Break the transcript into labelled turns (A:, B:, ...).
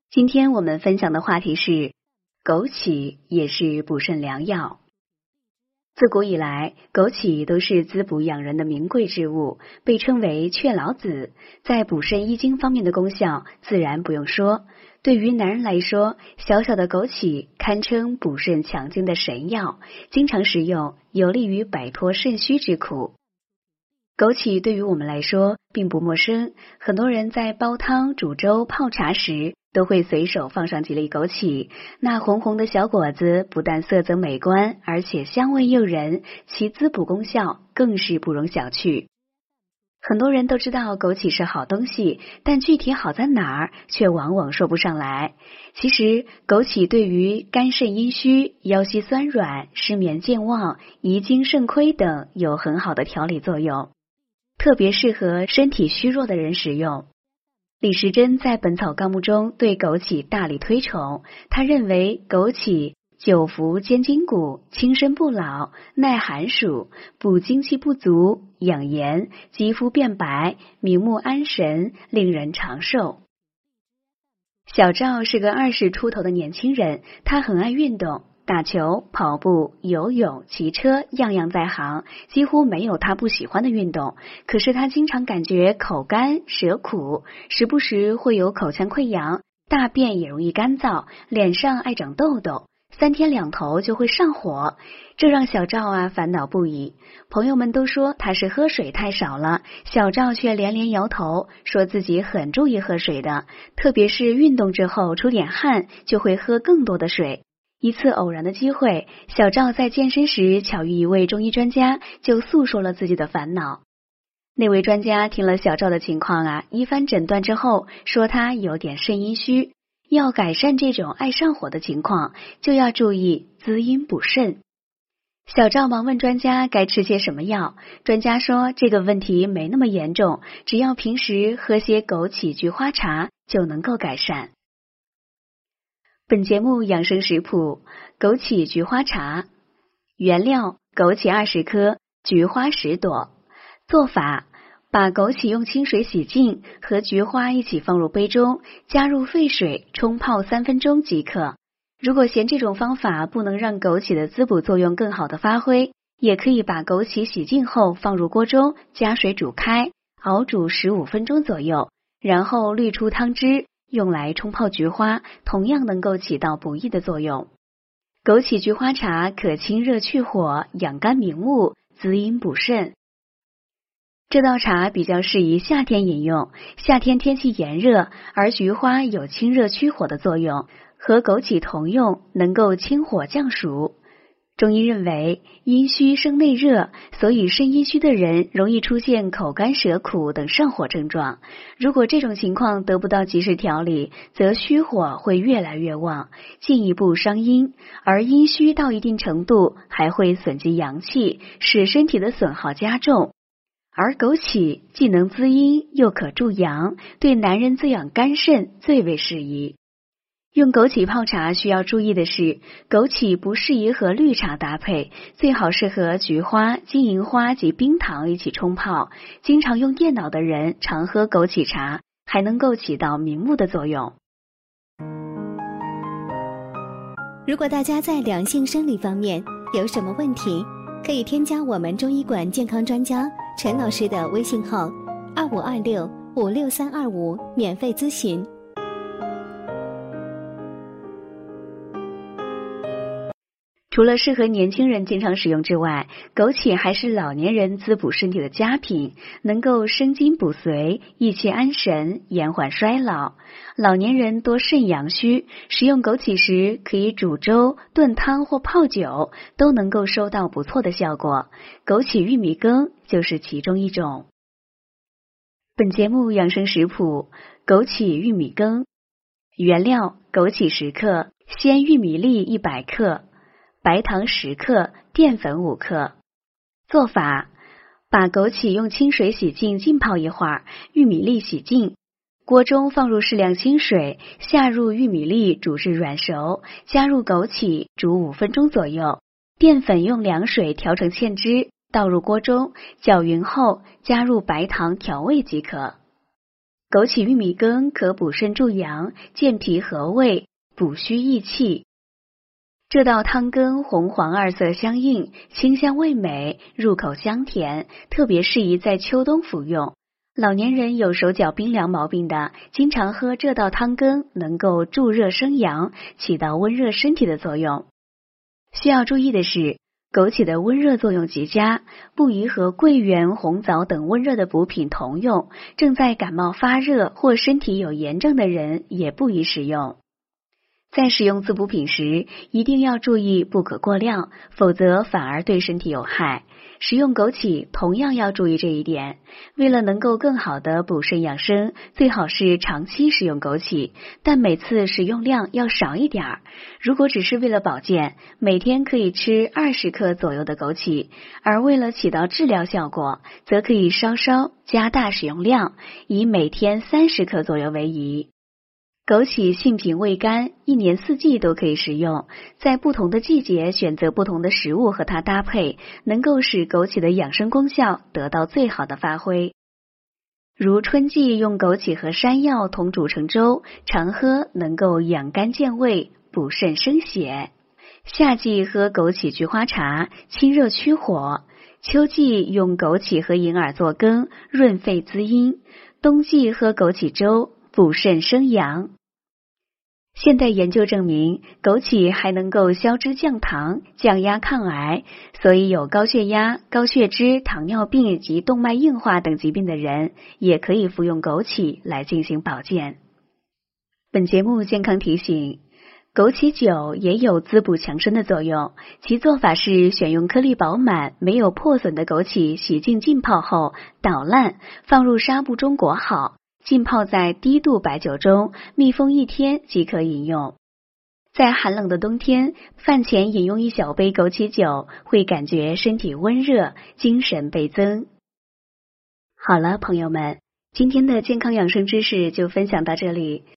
A: 今天我们分享的话题是枸杞也是补肾良药。自古以来，枸杞都是滋补养人的名贵之物，被称为雀老子，在补肾益精方面的功效自然不用说。对于男人来说，小小的枸杞堪称补肾强筋的神药，经常食用有利于摆脱肾虚之苦。枸杞对于我们来说并不陌生，很多人在煲汤、煮粥、泡茶时都会随手放上几粒枸杞，那红红的小果子不但色泽美观，而且香味诱人，其滋补功效更是不容小觑。很多人都知道枸杞是好东西，但具体好在哪儿却往往说不上来。其实枸杞对于肝肾阴虚、腰膝酸软、失眠健忘、遗精肾亏等有很好的调理作用，特别适合身体虚弱的人食用。李时珍在《本草纲目》中对枸杞大力推崇，他认为枸杞久服坚筋骨，轻身不老，耐寒暑，补精气不足，养颜，肌肤变白，明目安神，令人长寿。小赵是个20出头的年轻人，他很爱运动，打球、跑步、游泳、骑车，样样在行，几乎没有他不喜欢的运动。可是他经常感觉口干舌苦，时不时会有口腔溃疡，大便也容易干燥，脸上爱长痘痘，3天2头就会上火，这让小赵烦恼不已。朋友们都说他是喝水太少了，小赵却连连摇头，说自己很注意喝水的，特别是运动之后出点汗，就会喝更多的水。一次偶然的机会，小赵在健身时巧遇一位中医专家，就诉说了自己的烦恼。那位专家听了小赵的情况一番诊断之后，说他有点肾阴虚，要改善这种爱上火的情况，就要注意滋阴补肾。小赵忙问专家该吃些什么药，专家说这个问题没那么严重，只要平时喝些枸杞菊花茶就能够改善。本节目养生食谱：枸杞菊花茶。原料：枸杞20颗，菊花10朵。做法：把枸杞用清水洗净，和菊花一起放入杯中，加入沸水冲泡3分钟即可。如果嫌这种方法不能让枸杞的滋补作用更好的发挥，也可以把枸杞洗净后放入锅中，加水煮开，熬煮15分钟左右，然后滤出汤汁，用来冲泡菊花，同样能够起到补益的作用。枸杞菊花茶可清热去火，养肝明目，滋阴补肾。这道茶比较适宜夏天饮用，夏天天气炎热，而菊花有清热驱火的作用，和枸杞同用，能够清火降暑。中医认为阴虚生内热，所以肾阴虚的人容易出现口干舌苦等上火症状。如果这种情况得不到及时调理，则虚火会越来越旺，进一步伤阴，而阴虚到一定程度还会损及阳气，使身体的损耗加重。而枸杞既能滋阴又可助阳，对男人滋养肝肾最为适宜。用枸杞泡茶需要注意的是，枸杞不适宜和绿茶搭配，最好是和菊花、金银花及冰糖一起冲泡。经常用电脑的人常喝枸杞茶，还能够起到明目的作用。
B: 如果大家在两性生理方面有什么问题，可以添加我们中医馆健康专家陈老师的微信号2526-56325免费咨询。
A: 除了适合年轻人经常使用之外，枸杞还是老年人滋补身体的佳品，能够生津补髓，益气安神，延缓衰老。老年人多肾阳虚，食用枸杞时可以煮粥、炖汤或泡酒，都能够收到不错的效果。枸杞玉米羹就是其中一种。本节目养生食谱：枸杞玉米羹。原料：枸杞10克，鲜玉米粒100克，白糖10克，淀粉5克。做法：把枸杞用清水洗净浸泡一会儿，玉米粒洗净，锅中放入适量清水，下入玉米粒煮至软熟，加入枸杞煮5分钟左右，淀粉用凉水调成芡汁，倒入锅中，搅匀后加入白糖调味即可。 枸杞玉米羹可补肾助阳、健脾和胃、补虚益气。这道汤羹红黄二色相映，清香味美，入口香甜，特别适宜在秋冬服用。老年人有手脚冰凉毛病的，经常喝这道汤羹，能够助热生阳，起到温热身体的作用。需要注意的是，枸杞的温热作用极佳，不宜和桂圆、红枣等温热的补品同用。正在感冒发热或身体有炎症的人也不宜食用。在使用滋补品时，一定要注意不可过量，否则反而对身体有害。食用枸杞同样要注意这一点。为了能够更好的补肾养生，最好是长期食用枸杞，但每次食用量要少一点。如果只是为了保健，每天可以吃20克左右的枸杞，而为了起到治疗效果，则可以稍稍加大使用量，以每天30克左右为宜。枸杞性平味甘，一年四季都可以食用，在不同的季节选择不同的食物和它搭配，能够使枸杞的养生功效得到最好的发挥。如春季用枸杞和山药同煮成粥，常喝能够养肝健胃、补肾生血。夏季喝枸杞菊花茶，清热驱火。秋季用枸杞和银耳做羹，润肺滋阴。冬季喝枸杞粥，补肾生阳。现代研究证明，枸杞还能够消脂降糖、降压抗癌，所以有高血压、高血脂、糖尿病及动脉硬化等疾病的人，也可以服用枸杞来进行保健。本节目健康提醒，枸杞酒也有滋补强身的作用，其做法是选用颗粒饱满、没有破损的枸杞洗净浸泡后捣烂，放入纱布中裹好，浸泡在低度白酒中，密封1天即可饮用。在寒冷的冬天，饭前饮用1小杯枸杞酒，会感觉身体温热，精神倍增。好了，朋友们，今天的健康养生知识就分享到这里。